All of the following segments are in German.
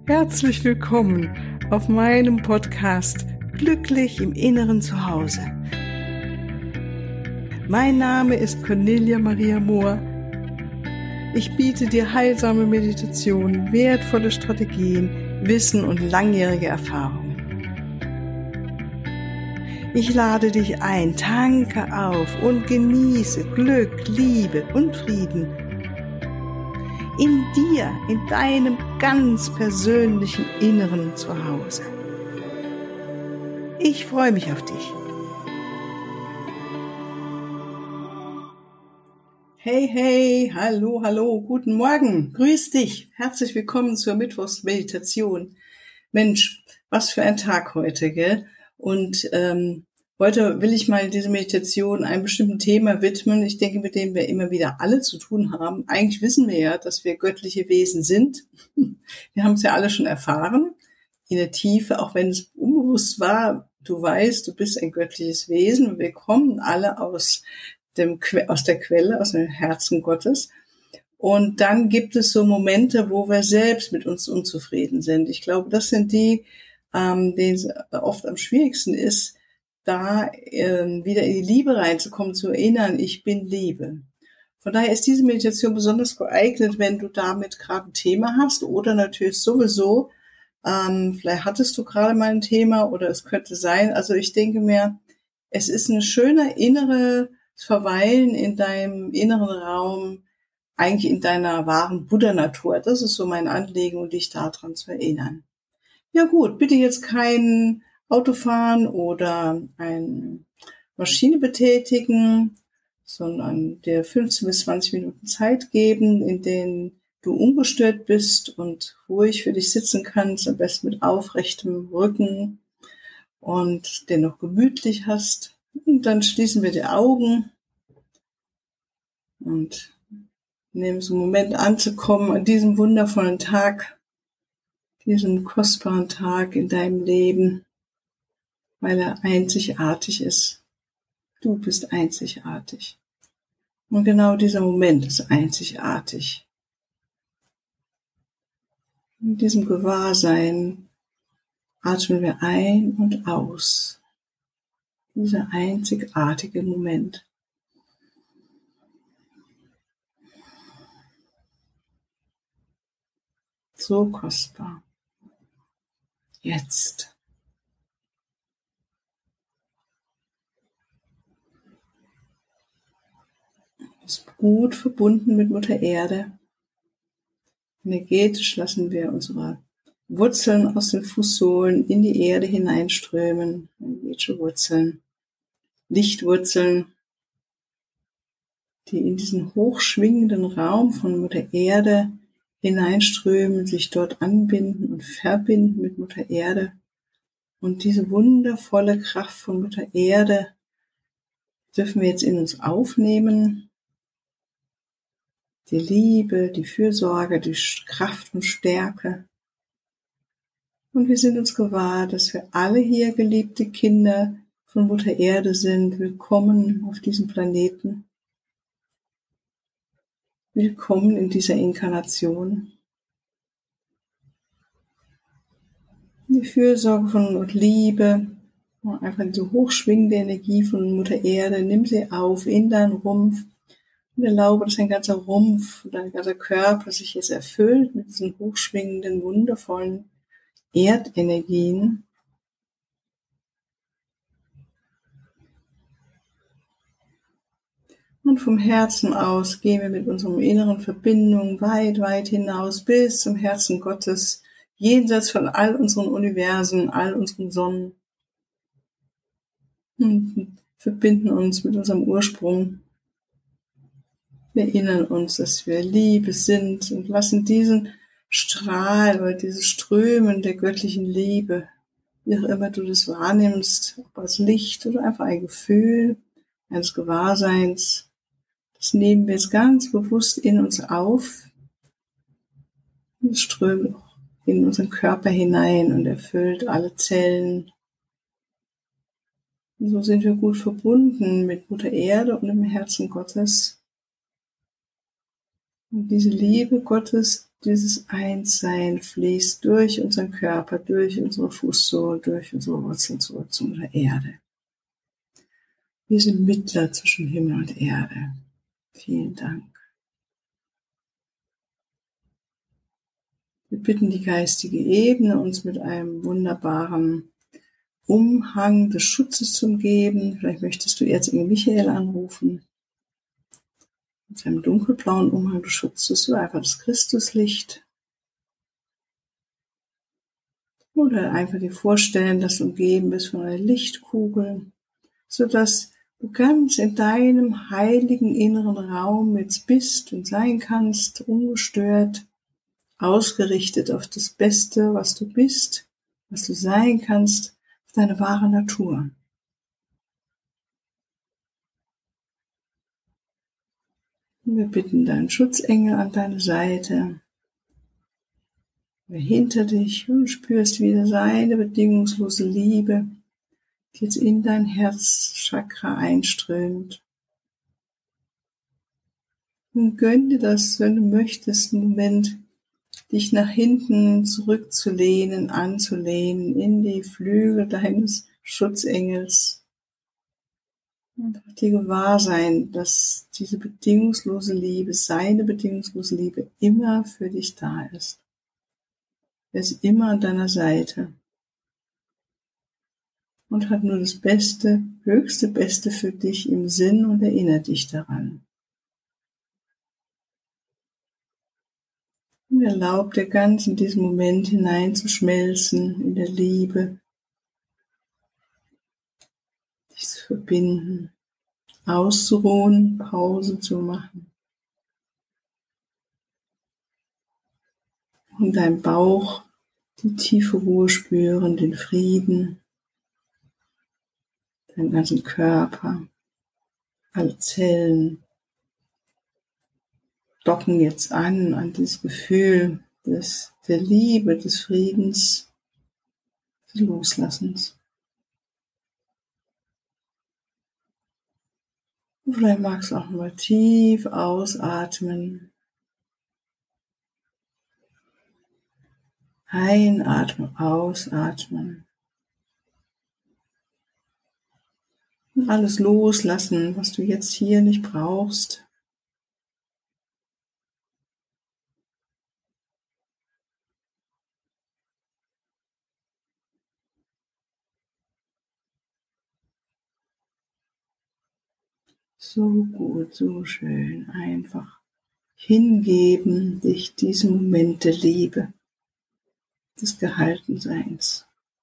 Herzlich willkommen auf meinem Podcast Glücklich im Inneren Zuhause. Mein Name ist Cornelia Maria Mohr. Ich biete dir heilsame Meditationen, wertvolle Strategien, Wissen und langjährige Erfahrung. Ich lade dich ein, tanke auf und genieße Glück, Liebe und Frieden. In dir, in deinem ganz persönlichen Inneren Zuhause. Ich freue mich auf dich. Hey, hey, hallo, guten Morgen, grüß dich, herzlich willkommen zur Mittwochsmeditation. Mensch, was für ein Tag heute, gell? Und heute will ich mal diese Meditation einem bestimmten Thema widmen, ich denke, mit dem wir immer wieder alle zu tun haben. Eigentlich wissen wir ja, dass wir göttliche Wesen sind. Wir haben es ja alle schon erfahren, in der Tiefe, auch wenn es unbewusst war. Du weißt, du bist ein göttliches Wesen und wir kommen alle aus der Quelle, aus dem Herzen Gottes. Und dann gibt es so Momente, wo wir selbst mit uns unzufrieden sind. Ich glaube, das sind die, denen es oft am schwierigsten ist, da wieder in die Liebe reinzukommen, zu erinnern, ich bin Liebe. Von daher ist diese Meditation besonders geeignet, wenn du damit gerade ein Thema hast oder natürlich sowieso, vielleicht hattest du gerade mal ein Thema oder es könnte sein. Also ich denke mir, es ist ein schöner inneres Verweilen in deinem inneren Raum, eigentlich in deiner wahren Buddha-Natur. Das ist so mein Anliegen, um dich daran zu erinnern. Ja gut, bitte jetzt kein Auto fahren oder eine Maschine betätigen, sondern dir 15 bis 20 Minuten Zeit geben, in denen du ungestört bist und ruhig für dich sitzen kannst, am besten mit aufrechtem Rücken und den noch gemütlich hast. Und dann schließen wir die Augen und nehmen so einen Moment anzukommen an diesem wundervollen Tag, diesem kostbaren Tag in deinem Leben, weil er einzigartig ist. Du bist einzigartig. Und genau dieser Moment ist einzigartig. In diesem Gewahrsein atmen wir ein und aus. Dieser einzigartige Moment. So kostbar. Jetzt. Ist gut verbunden mit Mutter Erde. Energetisch lassen wir unsere Wurzeln aus den Fußsohlen in die Erde hineinströmen. Energetische Wurzeln, Lichtwurzeln, die in diesen hochschwingenden Raum von Mutter Erde hineinströmen, sich dort anbinden und verbinden mit Mutter Erde. Und diese wundervolle Kraft von Mutter Erde dürfen wir jetzt in uns aufnehmen. Die Liebe, die Fürsorge, die Kraft und Stärke. Und wir sind uns gewahr, dass wir alle hier geliebte Kinder von Mutter Erde sind. Willkommen auf diesem Planeten. Willkommen in dieser Inkarnation. Die Fürsorge und Liebe, einfach diese hochschwingende Energie von Mutter Erde, nimm sie auf in deinen Rumpf und erlaube, dass dein ganzer Rumpf, dein ganzer Körper sich jetzt erfüllt mit diesen hochschwingenden, wundervollen Erdenergien. Und vom Herzen aus gehen wir mit unserer inneren Verbindung weit, weit hinaus bis zum Herzen Gottes, jenseits von all unseren Universen, all unseren Sonnen. Und verbinden uns mit unserem Ursprung. Wir erinnern uns, dass wir Liebe sind und lassen diesen Strahl oder dieses Strömen der göttlichen Liebe, wie auch immer du das wahrnimmst, ob als Licht oder einfach ein Gefühl eines Gewahrseins, das nehmen wir jetzt ganz bewusst in uns auf und es strömt auch in unseren Körper hinein und erfüllt alle Zellen. Und so sind wir gut verbunden mit Mutter Erde und im Herzen Gottes. Und diese Liebe Gottes dieses Einssein fließt durch unseren Körper, durch unsere Fußsohlen, durch unsere Wurzeln zurück zu Mutter Erde. Wir sind Mittler zwischen Himmel und Erde. Vielen Dank. Wir bitten die geistige Ebene, uns mit einem wunderbaren Umhang des Schutzes zu umgeben. Vielleicht möchtest du Erzengel Michael anrufen. Mit seinem dunkelblauen Umhang des Schutzes oder einfach das Christuslicht. Oder einfach dir vorstellen, dass du umgeben bist von einer Lichtkugel, sodass du ganz in deinem heiligen inneren Raum jetzt bist und sein kannst, ungestört, ausgerichtet auf das Beste, was du bist, was du sein kannst, auf deine wahre Natur. Und wir bitten deinen Schutzengel an deine Seite, hinter dich, und spürst wieder seine bedingungslose Liebe, die jetzt in dein Herzchakra einströmt. Und gönn dir das, wenn du möchtest, einen Moment, dich nach hinten zurückzulehnen, anzulehnen, in die Flügel deines Schutzengels. Und dir gewahr sein, dass diese bedingungslose Liebe, seine bedingungslose Liebe immer für dich da ist. Er ist immer an deiner Seite und hat nur das Beste, höchste Beste für dich im Sinn und erinnert dich daran. Und erlaub dir ganz in diesen Moment hineinzuschmelzen in der Liebe, dich zu verbinden, auszuruhen, Pause zu machen und dein Bauch, die tiefe Ruhe spüren, den Frieden, deinen ganzen Körper, alle Zellen docken jetzt an dieses Gefühl der Liebe, des Friedens, des Loslassens. Und vielleicht magst du auch mal tief ausatmen. Einatmen, ausatmen. Und alles loslassen, was du jetzt hier nicht brauchst. So gut, so schön, einfach hingeben, dich diesem Moment der Liebe, des Gehaltenseins.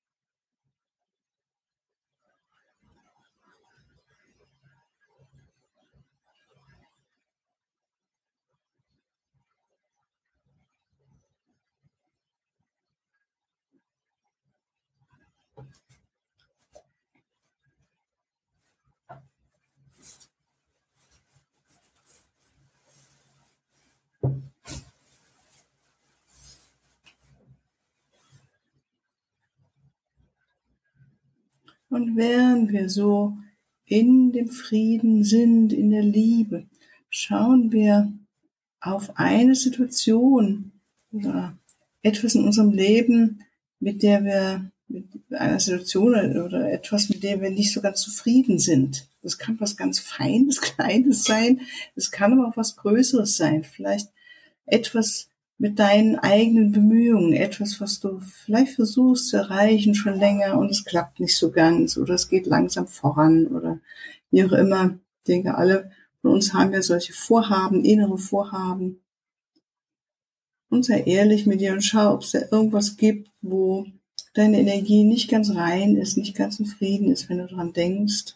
Und während wir so in dem Frieden sind, in der Liebe, schauen wir auf eine Situation oder etwas in unserem Leben, mit einer Situation oder etwas, mit dem wir nicht so ganz zufrieden sind. Das kann was ganz Feines, Kleines sein, es kann aber auch was Größeres sein. Vielleicht etwas mit deinen eigenen Bemühungen, etwas, was du vielleicht versuchst zu erreichen schon länger und es klappt nicht so ganz oder es geht langsam voran oder wie auch immer. Ich denke, alle von uns haben ja solche Vorhaben, innere Vorhaben. Und sei ehrlich mit dir und schau, ob es da irgendwas gibt, wo deine Energie nicht ganz rein ist, nicht ganz in Frieden ist, wenn du daran denkst.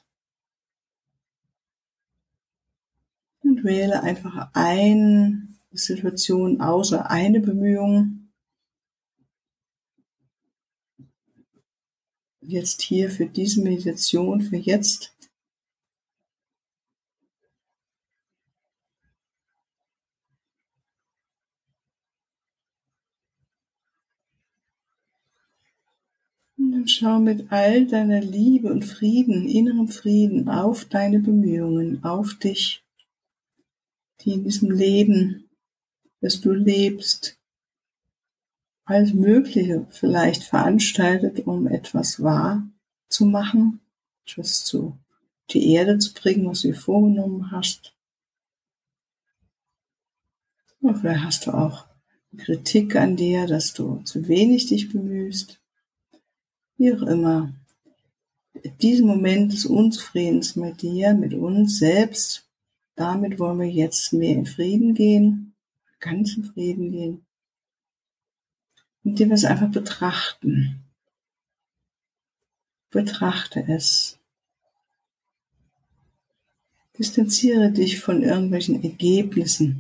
Und wähle einfach eine Situation aus oder eine Bemühung. Jetzt hier für diese Meditation, für jetzt. Und dann schau mit all deiner Liebe und Frieden, innerem Frieden auf deine Bemühungen, auf dich, die in diesem Leben, das du lebst, alles Mögliche vielleicht veranstaltet, um etwas wahrzumachen, etwas zu die Erde zu bringen, was du dir vorgenommen hast. Und vielleicht hast du auch Kritik an dir, dass du zu wenig dich bemühst. Wie auch immer. Diesen Moment des Unzufriedens mit dir, mit uns selbst, damit wollen wir jetzt mehr in Frieden gehen, ganz in Frieden gehen, indem wir es einfach betrachten. Betrachte es. Distanziere dich von irgendwelchen Ergebnissen.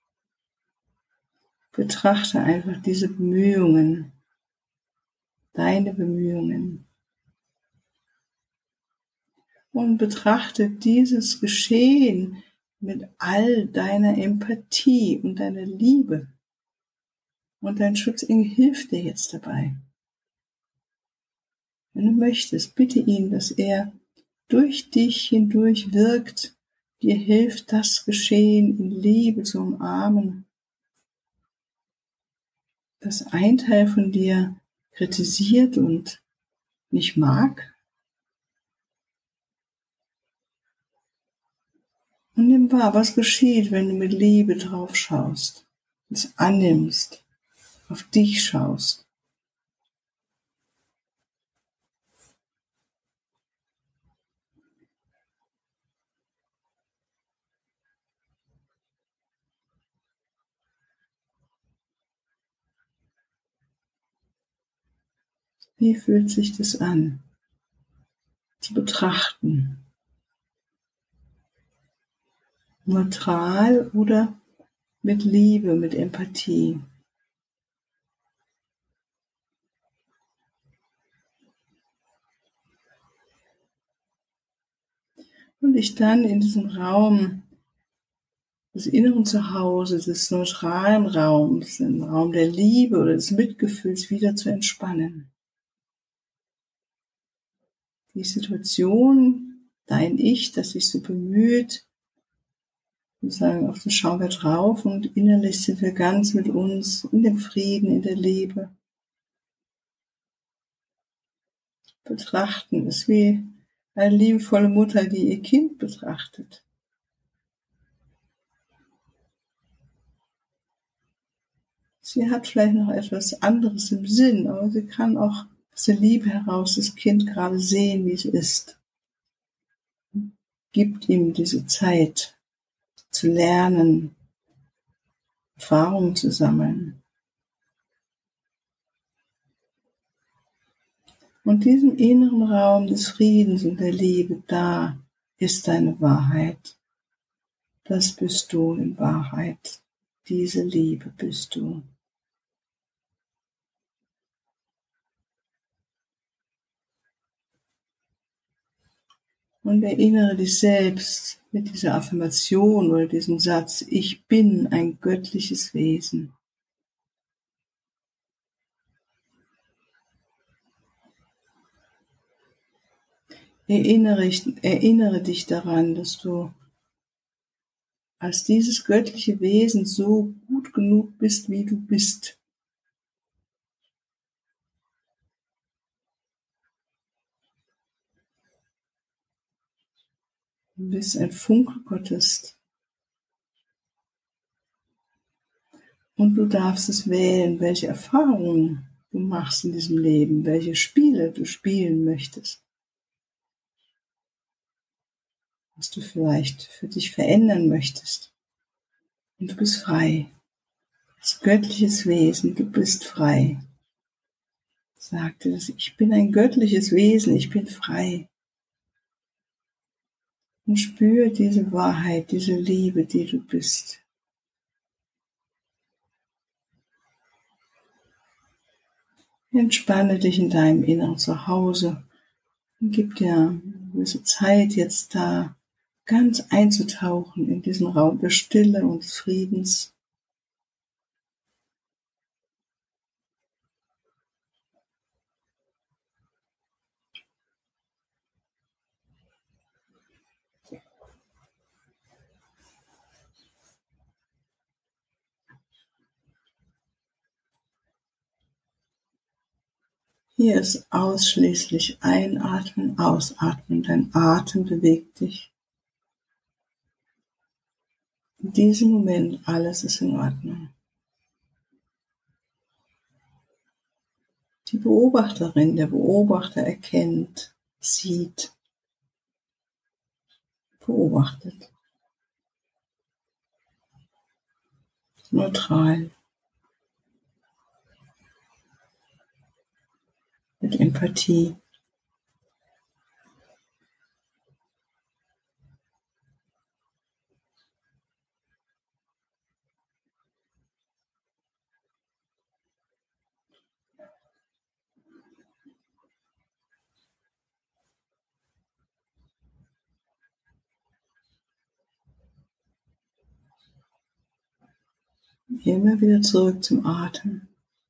Betrachte einfach diese Bemühungen, deine Bemühungen. Und betrachte dieses Geschehen mit all deiner Empathie und deiner Liebe. Und dein Schutzengel hilft dir jetzt dabei. Wenn du möchtest, bitte ihn, dass er durch dich hindurch wirkt, dir hilft, das Geschehen in Liebe zu umarmen, das ein Teil von dir kritisiert und nicht mag. Und nimm wahr, was geschieht, wenn du mit Liebe drauf schaust, es annimmst, auf dich schaust. Wie fühlt sich das an, zu betrachten? Neutral oder mit Liebe, mit Empathie? Und dich dann in diesem Raum des inneren Zuhauses, des neutralen Raums, im Raum der Liebe oder des Mitgefühls wieder zu entspannen. Die Situation, dein Ich, das sich so bemüht, wir sagen, auf das schauen wir drauf und innerlich sind wir ganz mit uns in dem Frieden, in der Liebe. Betrachten es wie eine liebevolle Mutter, die ihr Kind betrachtet. Sie hat vielleicht noch etwas anderes im Sinn, aber sie kann auch aus der Liebe heraus das Kind gerade sehen, wie es ist. Gibt ihm diese Zeit zu lernen, Erfahrungen zu sammeln. Und diesem inneren Raum des Friedens und der Liebe, da ist deine Wahrheit. Das bist du in Wahrheit. Diese Liebe bist du. Und erinnere dich selbst mit dieser Affirmation oder diesem Satz, ich bin ein göttliches Wesen. Erinnere dich daran, dass du als dieses göttliche Wesen so gut genug bist, wie du bist. Du bist ein Funke Gottes. Und du darfst es wählen, welche Erfahrungen du machst in diesem Leben, welche Spiele du spielen möchtest. Was du vielleicht für dich verändern möchtest. Und du bist frei. Als göttliches Wesen, du bist frei. Sag dir das, ich bin ein göttliches Wesen, ich bin frei. Und spüre diese Wahrheit, diese Liebe, die du bist. Entspanne dich in deinem inneren Zuhause und gib dir eine gewisse Zeit jetzt da, ganz einzutauchen in diesen Raum der Stille und des Friedens. Hier ist ausschließlich Einatmen, Ausatmen. Dein Atem bewegt dich. In diesem Moment alles ist in Ordnung. Die Beobachterin, der Beobachter erkennt, sieht, beobachtet. Neutral. Mit Empathie. Immer wieder zurück zum Atem.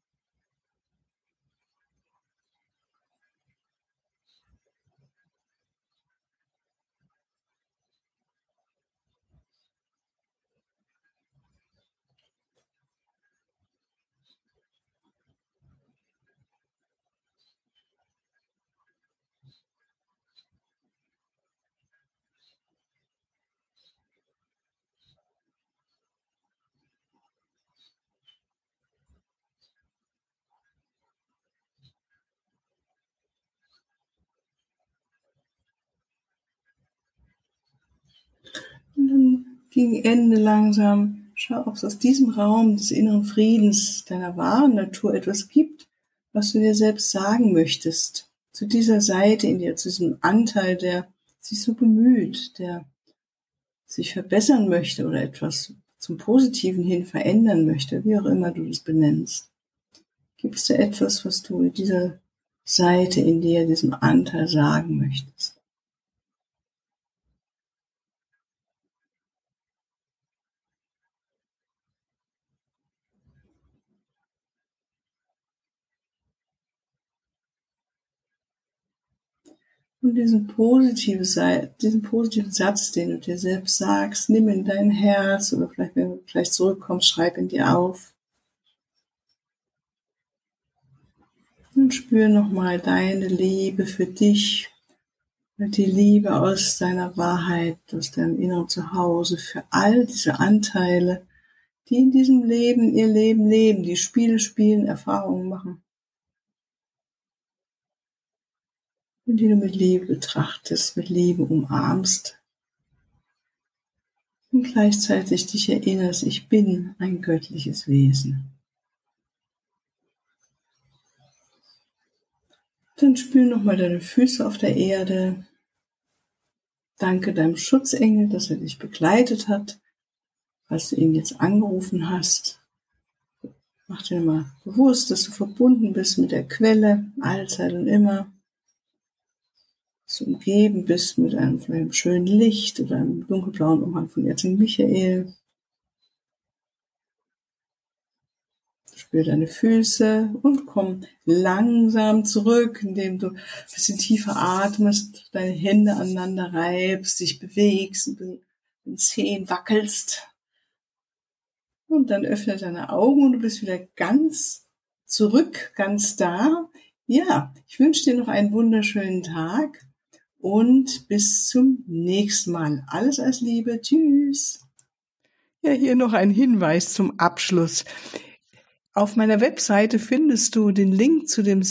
Und dann gegen Ende langsam, schau, ob es aus diesem Raum des inneren Friedens, deiner wahren Natur etwas gibt, was du dir selbst sagen möchtest. Zu dieser Seite in dir, zu diesem Anteil, der sich so bemüht, der sich verbessern möchte oder etwas zum Positiven hin verändern möchte, wie auch immer du das benennst. Gibt es da etwas, was du dieser Seite in dir, diesem Anteil sagen möchtest? Und diesen positiven Satz, den du dir selbst sagst, nimm in dein Herz oder vielleicht, wenn du vielleicht zurückkommst, schreib ihn dir auf. Und spür nochmal deine Liebe für dich, die Liebe aus deiner Wahrheit, aus deinem inneren Zuhause, für all diese Anteile, die in diesem Leben ihr Leben leben, die Spiele spielen, Erfahrungen machen. Und die du mit Liebe betrachtest, mit Liebe umarmst. Und gleichzeitig dich erinnerst, ich bin ein göttliches Wesen. Dann spür nochmal deine Füße auf der Erde. Danke deinem Schutzengel, dass er dich begleitet hat, als du ihn jetzt angerufen hast. Mach dir mal bewusst, dass du verbunden bist mit der Quelle, allzeit und immer. Dass du umgeben bist mit einem schönen Licht oder einem dunkelblauen Umhang von Erzengel Michael. Spür deine Füße und komm langsam zurück, indem du ein bisschen tiefer atmest, deine Hände aneinander reibst, dich bewegst, den Zehen wackelst. Und dann öffne deine Augen und du bist wieder ganz zurück, ganz da. Ja, ich wünsche dir noch einen wunderschönen Tag und bis zum nächsten Mal. Alles als Liebe. Tschüss. Ja, hier noch ein Hinweis zum Abschluss. Auf meiner Webseite findest du den Link zu dem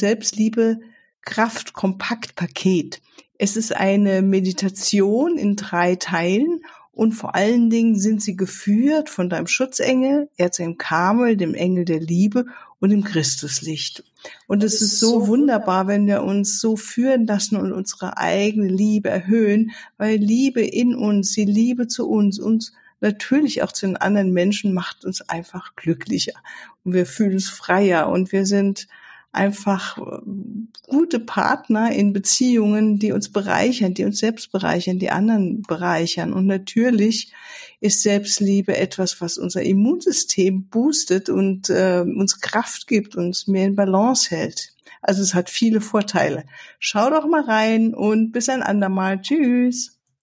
Selbstliebe-Kraft-Kompakt-Paket. Es ist eine Meditation in 3 Teilen und vor allen Dingen sind sie geführt von deinem Schutzengel, Erzengel Karmel, dem Engel der Liebe und dem Christuslicht. Und es ist so wunderbar, wenn wir uns so führen lassen und unsere eigene Liebe erhöhen, weil Liebe in uns, die Liebe zu uns natürlich auch zu den anderen Menschen macht uns einfach glücklicher. Und wir fühlen uns freier und wir sind einfach gute Partner in Beziehungen, die uns bereichern, die uns selbst bereichern, die anderen bereichern. Und natürlich ist Selbstliebe etwas, was unser Immunsystem boostet und uns Kraft gibt, uns mehr in Balance hält. Also es hat viele Vorteile. Schau doch mal rein und bis ein andermal. Tschüss.